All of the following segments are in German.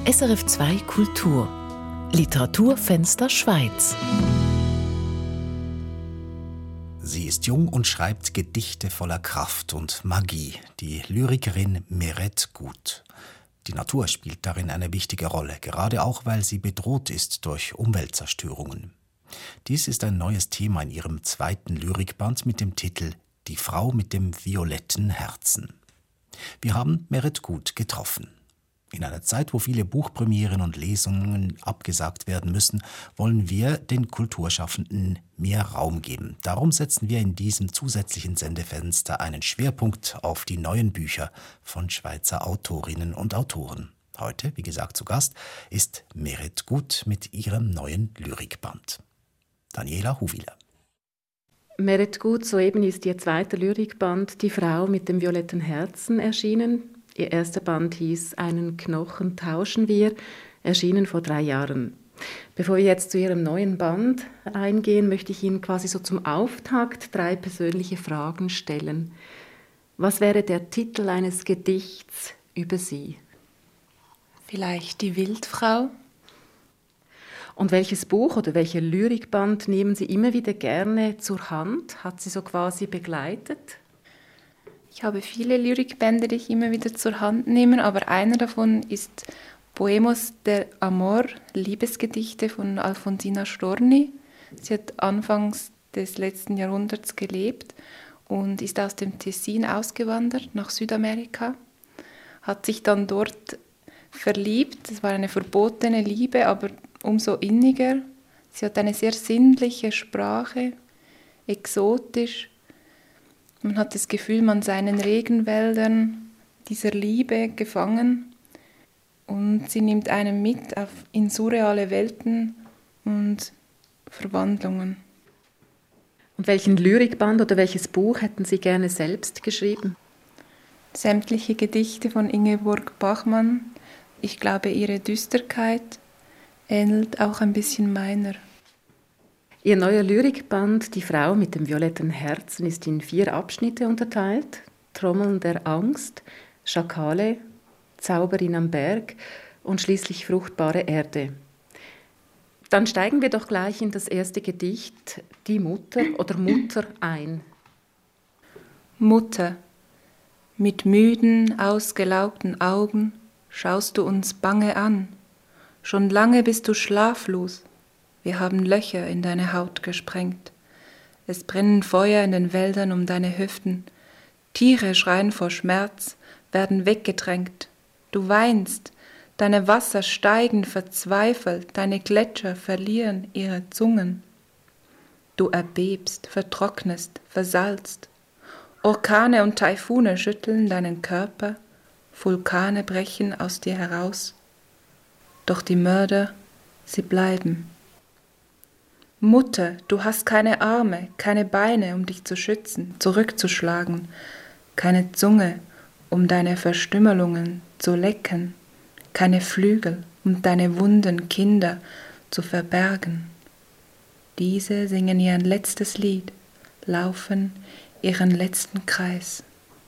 SRF 2 Kultur Literaturfenster Schweiz. Sie ist jung und schreibt Gedichte voller Kraft und Magie, die Lyrikerin Meret Gut. Die Natur spielt darin eine wichtige Rolle, gerade auch, weil sie bedroht ist durch Umweltzerstörungen. Dies ist ein neues Thema in ihrem zweiten Lyrikband mit dem Titel »Die Frau mit dem violetten Herzen«. Wir haben Meret Gut getroffen. In einer Zeit, wo viele Buchpremieren und Lesungen abgesagt werden müssen, wollen wir den Kulturschaffenden mehr Raum geben. Darum setzen wir in diesem zusätzlichen Sendefenster einen Schwerpunkt auf die neuen Bücher von Schweizer Autorinnen und Autoren. Heute, wie gesagt, zu Gast ist Meret Gut mit ihrem neuen Lyrikband. Daniela Huwiler. Meret Gut, soeben ist ihr zweiter Lyrikband »Die Frau mit dem violetten Herzen« erschienen. Ihr erster Band hieß »Einen Knochen tauschen wir«, erschienen vor 3 Jahren. Bevor wir jetzt zu Ihrem neuen Band eingehen, möchte ich Ihnen quasi so zum Auftakt 3 persönliche Fragen stellen. Was wäre der Titel eines Gedichts über Sie? Vielleicht die Wildfrau. Und welches Buch oder welcher Lyrikband nehmen Sie immer wieder gerne zur Hand? Hat Sie so quasi begleitet? Ich habe viele Lyrikbände, die ich immer wieder zur Hand nehme, aber einer davon ist Poemos der Amor, Liebesgedichte von Alfonsina Storni. Sie hat anfangs des letzten Jahrhunderts gelebt und ist aus dem Tessin ausgewandert nach Südamerika, hat sich dann dort verliebt. Es war eine verbotene Liebe, aber umso inniger. Sie hat eine sehr sinnliche Sprache, exotisch. Man hat das Gefühl, man sei in den Regenwäldern dieser Liebe gefangen und sie nimmt einen mit in surreale Welten und Verwandlungen. Und welchen Lyrikband oder welches Buch hätten Sie gerne selbst geschrieben? Sämtliche Gedichte von Ingeborg Bachmann. Ich glaube, ihre Düsterkeit ähnelt auch ein bisschen meiner. Ihr neuer Lyrikband »Die Frau mit dem violetten Herzen« ist in 4 Abschnitte unterteilt. Trommeln der Angst, Schakale, Zauberin am Berg und schließlich fruchtbare Erde. Dann steigen wir doch gleich in das erste Gedicht, Die Mutter oder Mutter, ein. Mutter, mit müden, ausgelaugten Augen schaust du uns bange an. Schon lange bist du schlaflos. Wir haben Löcher in deine Haut gesprengt. Es brennen Feuer in den Wäldern um deine Hüften. Tiere schreien vor Schmerz, werden weggedrängt. Du weinst, deine Wasser steigen verzweifelt, deine Gletscher verlieren ihre Zungen. Du erbebst, vertrocknest, versalzt. Orkane und Taifune schütteln deinen Körper, Vulkane brechen aus dir heraus. Doch die Mörder, sie bleiben. Mutter, du hast keine Arme, keine Beine, um dich zu schützen, zurückzuschlagen, keine Zunge, um deine Verstümmelungen zu lecken, keine Flügel, um deine wunden Kinder zu verbergen. Diese singen ihr letztes Lied, laufen ihren letzten Kreis.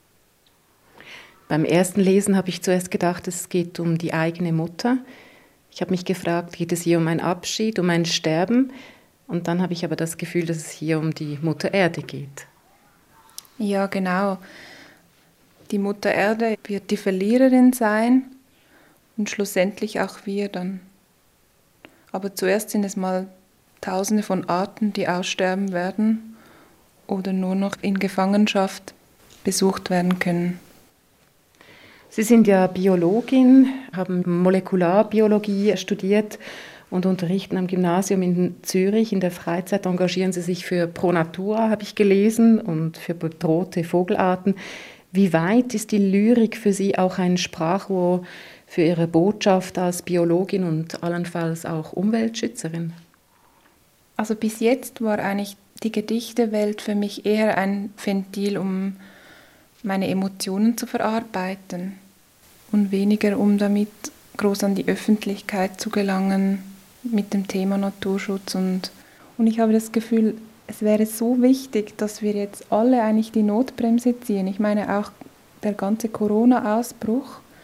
Beim ersten Lesen habe ich zuerst gedacht, es geht um die eigene Mutter. Ich habe mich gefragt, geht es hier um einen Abschied, um ein Sterben? Und dann habe ich aber das Gefühl, dass es hier um die Mutter Erde geht. Ja, genau. Die Mutter Erde wird die Verliererin sein und schlussendlich auch wir dann. Aber zuerst sind es mal Tausende von Arten, die aussterben werden oder nur noch in Gefangenschaft besucht werden können. Sie sind ja Biologin, haben Molekularbiologie studiert und unterrichten am Gymnasium in Zürich. In der Freizeit engagieren Sie sich für Pro Natura, habe ich gelesen, und für bedrohte Vogelarten. Wie weit ist die Lyrik für Sie auch ein Sprachrohr für Ihre Botschaft als Biologin und allenfalls auch Umweltschützerin? Also bis jetzt war eigentlich die Gedichtewelt für mich eher ein Ventil, um meine Emotionen zu verarbeiten und weniger, um damit groß an die Öffentlichkeit zu gelangen mit dem Thema Naturschutz. Und ich habe das Gefühl, es wäre so wichtig, dass wir jetzt alle eigentlich die Notbremse ziehen. Ich meine auch der ganze Corona-Ausbruch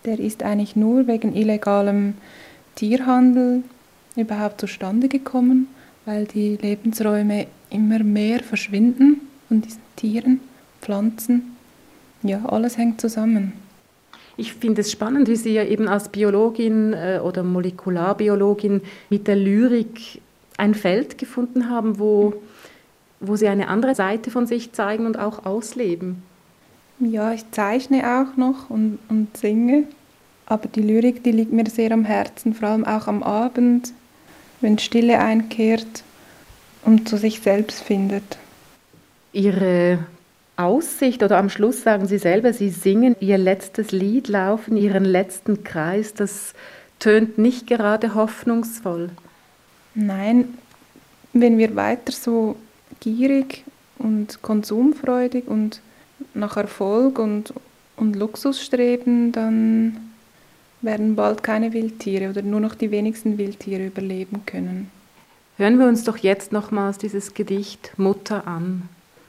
Der ist eigentlich nur wegen illegalem Tierhandel überhaupt zustande gekommen, weil die Lebensräume immer mehr verschwinden von diesen Tieren, Pflanzen. Ja, alles hängt zusammen. Ich finde es spannend, wie Sie ja eben als Biologin oder Molekularbiologin mit der Lyrik ein Feld gefunden haben, wo Sie eine andere Seite von sich zeigen und auch ausleben. Ja, ich zeichne auch noch und singe, aber die Lyrik, die liegt mir sehr am Herzen, vor allem auch am Abend, wenn Stille einkehrt und zu sich selbst findet. Ihre Aussicht oder am Schluss sagen Sie selber, Sie singen Ihr letztes Lied, laufen Ihren letzten Kreis, das tönt nicht gerade hoffnungsvoll. Nein, wenn wir weiter so gierig und konsumfreudig und nach Erfolg und Luxus streben, dann werden bald keine Wildtiere oder nur noch die wenigsten Wildtiere überleben können. Hören wir uns doch jetzt nochmals dieses Gedicht Mutter an.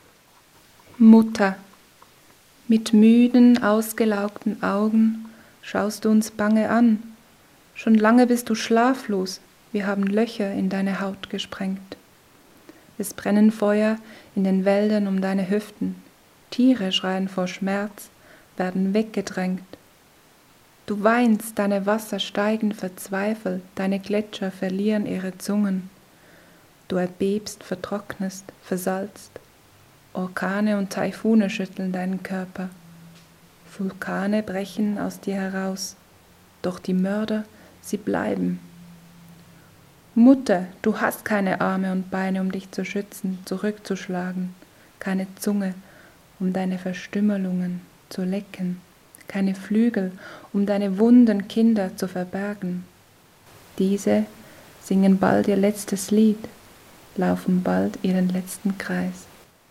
Mutter, mit müden, ausgelaugten Augen schaust du uns bange an. Schon lange bist du schlaflos, wir haben Löcher in deine Haut gesprengt. Es brennen Feuer in den Wäldern um deine Hüften. Tiere schreien vor Schmerz, werden weggedrängt. Du weinst, deine Wasser steigen verzweifelt, deine Gletscher verlieren ihre Zungen. Du erbebst, vertrocknest, versalzt. Orkane und Taifune schütteln deinen Körper. Vulkane brechen aus dir heraus. Doch die Mörder, sie bleiben. Mutter, du hast keine Arme und Beine, um dich zu schützen, zurückzuschlagen, keine Zunge, um deine Verstümmelungen zu lecken, keine Flügel, um deine wunden Kinder zu verbergen. Diese singen bald ihr letztes Lied, laufen bald ihren letzten Kreis.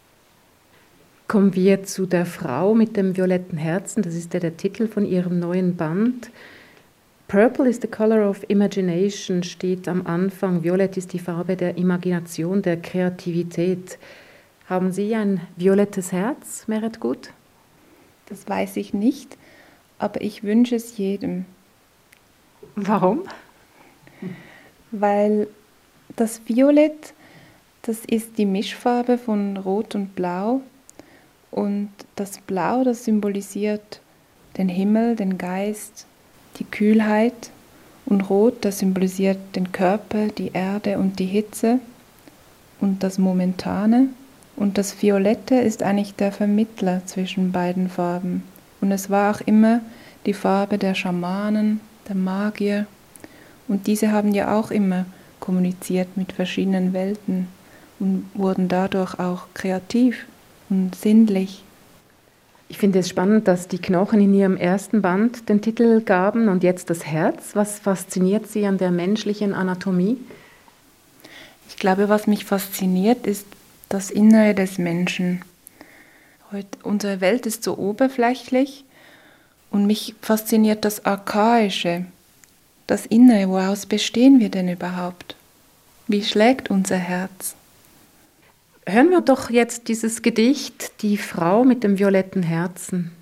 Kommen wir zu der Frau mit dem violetten Herzen, das ist ja der Titel von ihrem neuen Band. Purple is the color of imagination steht am Anfang. Violett ist die Farbe der Imagination, der Kreativität. Haben Sie ein violettes Herz, Meret Gut? Das weiß ich nicht, aber ich wünsche es jedem. Warum? Weil das Violett, das ist die Mischfarbe von Rot und Blau. Und das Blau, das symbolisiert den Himmel, den Geist, die Kühlheit. Und Rot, das symbolisiert den Körper, die Erde und die Hitze und das Momentane. Und das Violette ist eigentlich der Vermittler zwischen beiden Farben. Und es war auch immer die Farbe der Schamanen, der Magier. Und diese haben ja auch immer kommuniziert mit verschiedenen Welten und wurden dadurch auch kreativ und sinnlich. Ich finde es spannend, dass die Knochen in Ihrem ersten Band den Titel gaben und jetzt das Herz. Was fasziniert Sie an der menschlichen Anatomie? Ich glaube, was mich fasziniert, ist das Innere des Menschen. Unsere Welt ist so oberflächlich und mich fasziniert das Archaische, das Innere. Woraus bestehen wir denn überhaupt? Wie schlägt unser Herz? Hören wir doch jetzt dieses Gedicht, Die Frau mit dem violetten Herzen.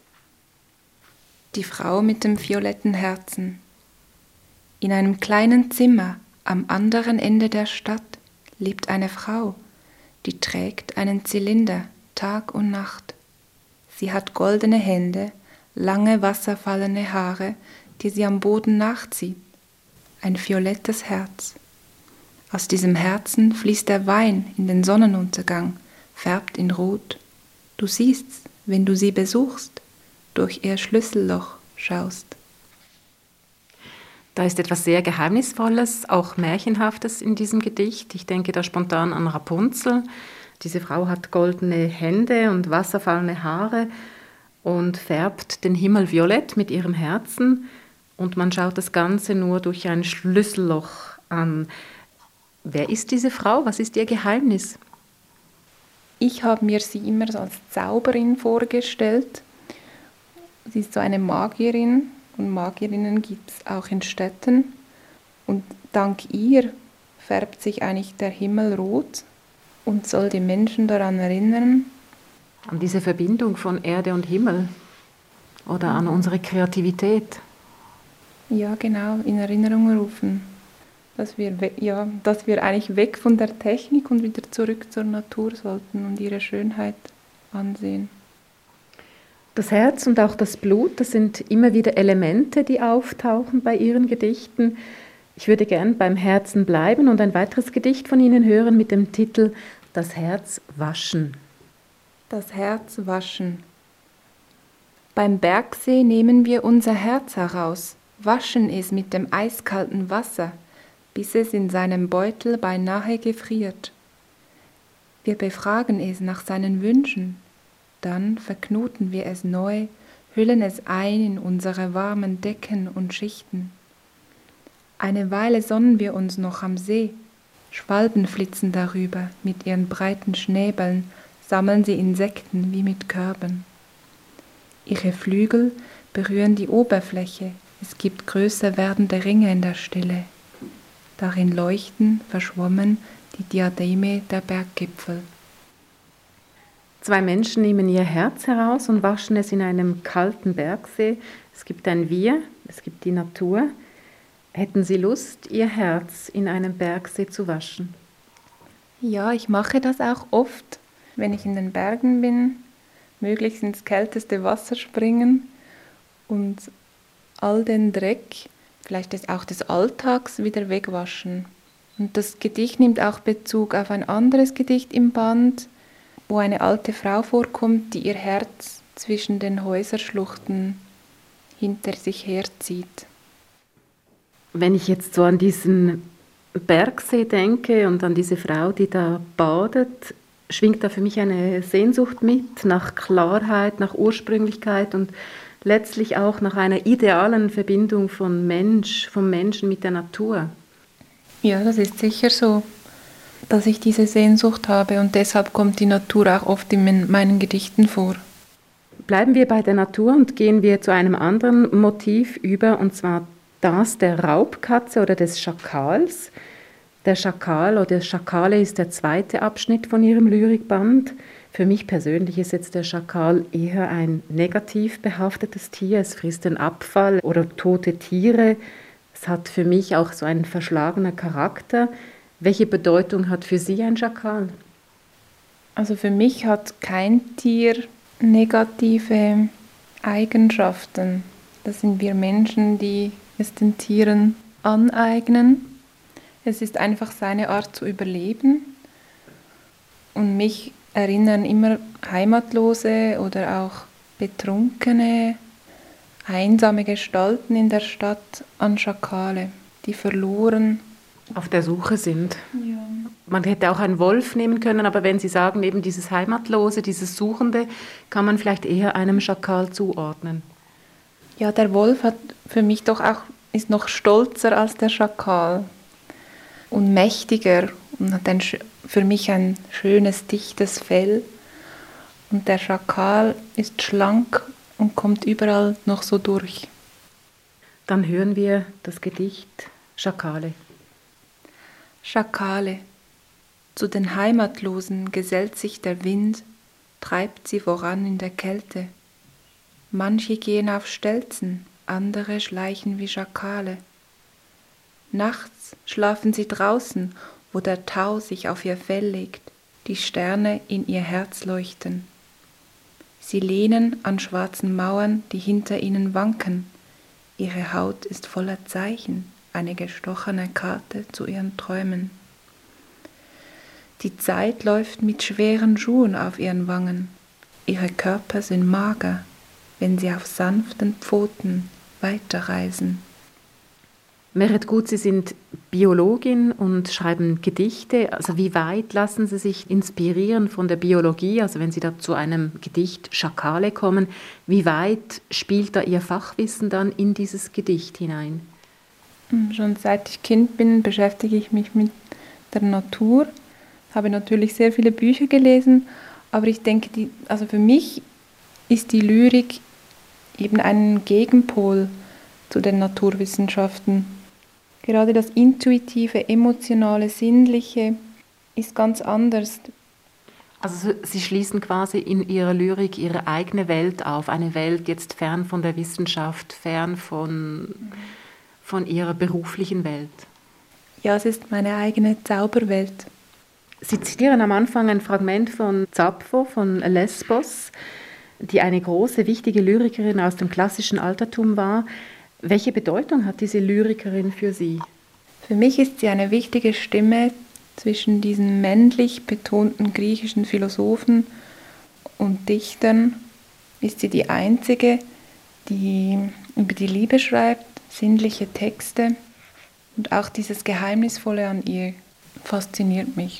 Die Frau mit dem violetten Herzen. In einem kleinen Zimmer am anderen Ende der Stadt lebt eine Frau, die trägt einen Zylinder Tag und Nacht. Sie hat goldene Hände, lange wasserfallene Haare, die sie am Boden nachzieht. Ein violettes Herz. Aus diesem Herzen fließt der Wein in den Sonnenuntergang, färbt in Rot. Du siehst's, wenn du sie besuchst, durch ihr Schlüsselloch schaust. Da ist etwas sehr Geheimnisvolles, auch Märchenhaftes in diesem Gedicht. Ich denke da spontan an Rapunzel. Diese Frau hat goldene Hände und wasserfallene Haare und färbt den Himmel violett mit ihrem Herzen. Und man schaut das Ganze nur durch ein Schlüsselloch an. Wer ist diese Frau? Was ist ihr Geheimnis? Ich habe mir sie immer als Zauberin vorgestellt. Sie ist so eine Magierin und Magierinnen gibt es auch in Städten. Und dank ihr färbt sich eigentlich der Himmel rot und soll die Menschen daran erinnern. An diese Verbindung von Erde und Himmel. oder an unsere Kreativität. Ja, genau, in Erinnerung rufen. Dass wir eigentlich weg von der Technik und wieder zurück zur Natur sollten und ihre Schönheit ansehen. Das Herz und auch das Blut, das sind immer wieder Elemente, die auftauchen bei Ihren Gedichten. Ich würde gern beim Herzen bleiben und ein weiteres Gedicht von Ihnen hören mit dem Titel Das Herz waschen. Das Herz waschen. Beim Bergsee nehmen wir unser Herz heraus, waschen es mit dem eiskalten Wasser, bis es in seinem Beutel beinahe gefriert. Wir befragen es nach seinen Wünschen, dann verknoten wir es neu, hüllen es ein in unsere warmen Decken und Schichten. Eine Weile sonnen wir uns noch am See, Schwalben flitzen darüber, mit ihren breiten Schnäbeln sammeln sie Insekten wie mit Körben. Ihre Flügel berühren die Oberfläche, es gibt größer werdende Ringe in der Stille. Darin leuchten, verschwommen, die Diademe der Berggipfel. Zwei Menschen nehmen ihr Herz heraus und waschen es in einem kalten Bergsee. Es gibt ein Wir, es gibt die Natur. Hätten Sie Lust, Ihr Herz in einem Bergsee zu waschen? Ja, ich mache das auch oft, wenn ich in den Bergen bin, möglichst ins kälteste Wasser springen und all den Dreck, vielleicht auch des Alltags, wieder wegwaschen. Und das Gedicht nimmt auch Bezug auf ein anderes Gedicht im Band, wo eine alte Frau vorkommt, die ihr Herz zwischen den Häuserschluchten hinter sich herzieht. Wenn ich jetzt so an diesen Bergsee denke und an diese Frau, die da badet, schwingt da für mich eine Sehnsucht mit nach Klarheit, nach Ursprünglichkeit und letztlich auch nach einer idealen Verbindung vom Menschen mit der Natur. Ja, das ist sicher so, dass ich diese Sehnsucht habe und deshalb kommt die Natur auch oft in meinen Gedichten vor. Bleiben wir bei der Natur und gehen wir zu einem anderen Motiv über, und zwar das der Raubkatze oder des Schakals. Der Schakal oder Schakale ist der zweite Abschnitt von Ihrem Lyrikband. Für mich persönlich ist jetzt der Schakal eher ein negativ behaftetes Tier. Es frisst den Abfall oder tote Tiere. Es hat für mich auch so einen verschlagenen Charakter. Welche Bedeutung hat für Sie ein Schakal? Also für mich hat kein Tier negative Eigenschaften. Das sind wir Menschen, die es den Tieren aneignen. Es ist einfach seine Art zu überleben. Und mich erinnern immer Heimatlose oder auch betrunkene, einsame Gestalten in der Stadt an Schakale, die verloren auf der Suche sind. Ja. Man hätte auch einen Wolf nehmen können, aber wenn Sie sagen, eben dieses Heimatlose, dieses Suchende, kann man vielleicht eher einem Schakal zuordnen. Ja, der Wolf ist noch stolzer als der Schakal und mächtiger und hat für mich ein schönes, dichtes Fell. Und der Schakal ist schlank und kommt überall noch so durch. Dann hören wir das Gedicht Schakale. Schakale. Zu den Heimatlosen gesellt sich der Wind, treibt sie voran in der Kälte. Manche gehen auf Stelzen, andere schleichen wie Schakale. Nachts schlafen sie draußen, wo der Tau sich auf ihr Fell legt, die Sterne in ihr Herz leuchten. Sie lehnen an schwarzen Mauern, die hinter ihnen wanken. Ihre Haut ist voller Zeichen, eine gestochene Karte zu ihren Träumen. Die Zeit läuft mit schweren Schuhen auf ihren Wangen. Ihre Körper sind mager, wenn sie auf sanften Pfoten weiterreisen. Meret Gut, Sie sind Biologin und schreiben Gedichte. Also wie weit lassen Sie sich inspirieren von der Biologie? Also wenn Sie da zu einem Gedicht Schakale kommen, wie weit spielt da Ihr Fachwissen dann in dieses Gedicht hinein? Schon seit ich Kind bin, beschäftige ich mich mit der Natur. Habe natürlich sehr viele Bücher gelesen, aber ich denke, für mich ist die Lyrik eben ein Gegenpol zu den Naturwissenschaften. Gerade das Intuitive, Emotionale, Sinnliche ist ganz anders. Also Sie schließen quasi in Ihrer Lyrik Ihre eigene Welt auf, eine Welt jetzt fern von der Wissenschaft, fern von Ihrer beruflichen Welt. Ja, es ist meine eigene Zauberwelt. Sie zitieren am Anfang ein Fragment von Sappho, von Lesbos, die eine große, wichtige Lyrikerin aus dem klassischen Altertum war. Welche Bedeutung hat diese Lyrikerin für Sie? Für mich ist sie eine wichtige Stimme zwischen diesen männlich betonten griechischen Philosophen und Dichtern. Ist sie die einzige, die über die Liebe schreibt, sinnliche Texte, und auch dieses Geheimnisvolle an ihr fasziniert mich.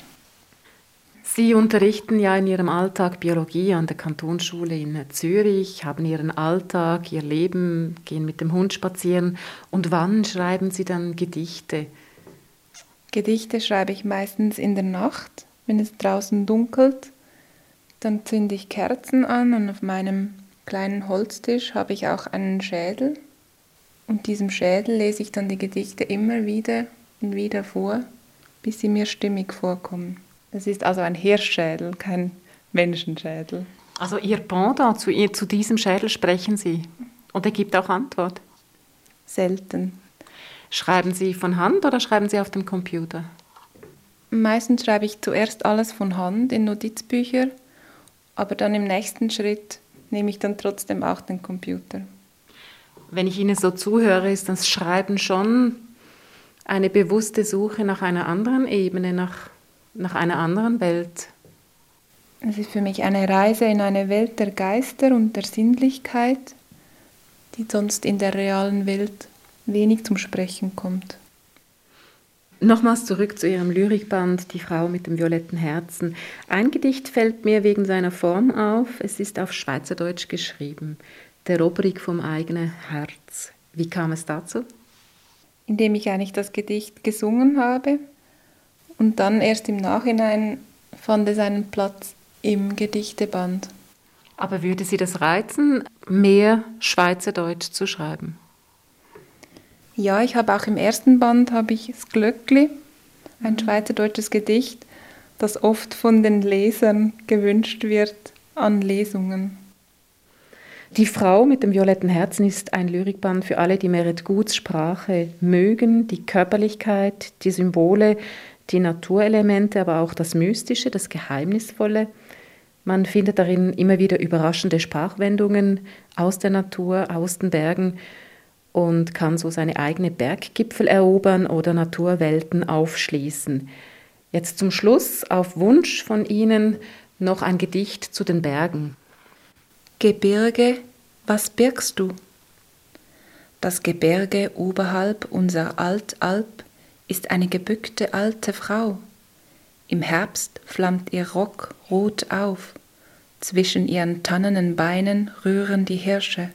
Sie unterrichten ja in Ihrem Alltag Biologie an der Kantonsschule in Zürich, haben Ihren Alltag, Ihr Leben, gehen mit dem Hund spazieren. Und wann schreiben Sie dann Gedichte? Gedichte schreibe ich meistens in der Nacht, wenn es draußen dunkelt. Dann zünde ich Kerzen an und auf meinem kleinen Holztisch habe ich auch einen Schädel. Und diesem Schädel lese ich dann die Gedichte immer wieder und wieder vor, bis sie mir stimmig vorkommen. Es ist also ein Hirschschädel, kein Menschenschädel. Also Ihr Pendant zu diesem Schädel sprechen Sie und er gibt auch Antwort? Selten. Schreiben Sie von Hand oder schreiben Sie auf dem Computer? Meistens schreibe ich zuerst alles von Hand in Notizbücher, aber dann im nächsten Schritt nehme ich dann trotzdem auch den Computer. Wenn ich Ihnen so zuhöre, ist das Schreiben schon eine bewusste Suche nach einer anderen Ebene, nach einer anderen Welt. Es ist für mich eine Reise in eine Welt der Geister und der Sinnlichkeit, die sonst in der realen Welt wenig zum Sprechen kommt. Nochmals zurück zu Ihrem Lyrikband »Die Frau mit dem violetten Herzen«. Ein Gedicht fällt mir wegen seiner Form auf. Es ist auf Schweizerdeutsch geschrieben. »Der Robrik vom eigenen Herz«. Wie kam es dazu? Indem ich eigentlich das Gedicht gesungen habe und dann erst im Nachhinein fand es einen Platz im Gedichteband. Aber würde Sie das reizen, mehr Schweizerdeutsch zu schreiben? Ja, ich habe auch im ersten Band habe ich das Glöckli, ein schweizerdeutsches Gedicht, das oft von den Lesern gewünscht wird an Lesungen. Die Frau mit dem violetten Herzen ist ein Lyrikband für alle, die Meret Guts Sprache mögen, die Körperlichkeit, die Symbole, die Naturelemente, aber auch das Mystische, das Geheimnisvolle. Man findet darin immer wieder überraschende Sprachwendungen aus der Natur, aus den Bergen und kann so seine eigene Berggipfel erobern oder Naturwelten aufschließen. Jetzt zum Schluss, auf Wunsch von Ihnen, noch ein Gedicht zu den Bergen. Gebirge, was birgst du? Das Gebirge oberhalb unserer Altalp ist eine gebückte alte Frau. Im Herbst flammt ihr Rock rot auf, zwischen ihren tannenen Beinen rühren die Hirsche.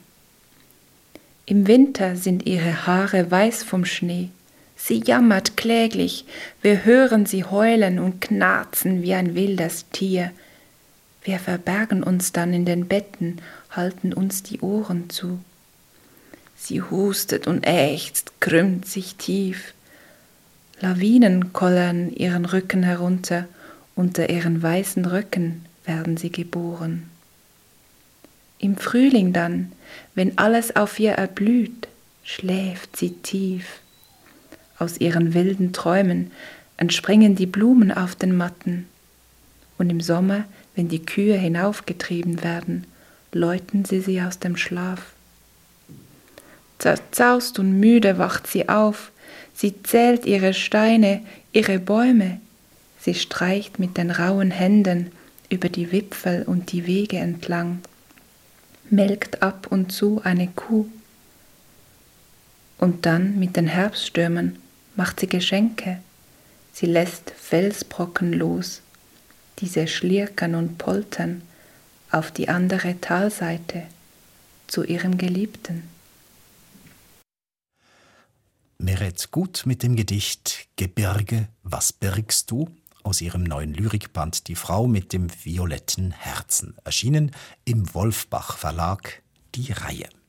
Im Winter sind ihre Haare weiß vom Schnee, sie jammert kläglich, wir hören sie heulen und knarzen wie ein wildes Tier. Wir verbergen uns dann in den Betten, halten uns die Ohren zu. Sie hustet und ächzt, krümmt sich tief. Lawinen kollern ihren Rücken herunter, unter ihren weißen Röcken werden sie geboren. Im Frühling dann, wenn alles auf ihr erblüht, schläft sie tief. Aus ihren wilden Träumen entspringen die Blumen auf den Matten. Und im Sommer, wenn die Kühe hinaufgetrieben werden, läuten sie aus dem Schlaf. Zerzaust und müde wacht sie auf, sie zählt ihre Steine, ihre Bäume, sie streicht mit den rauen Händen über die Wipfel und die Wege entlang, melkt ab und zu eine Kuh. Und dann mit den Herbststürmen macht sie Geschenke, sie lässt Felsbrocken los, diese schlirkern und poltern auf die andere Talseite zu ihrem Geliebten. Meret Gut mit dem Gedicht »Gebirge, was birgst du?« aus ihrem neuen Lyrikband »Die Frau mit dem violetten Herzen«, erschienen im Wolfbach Verlag, die Reihe.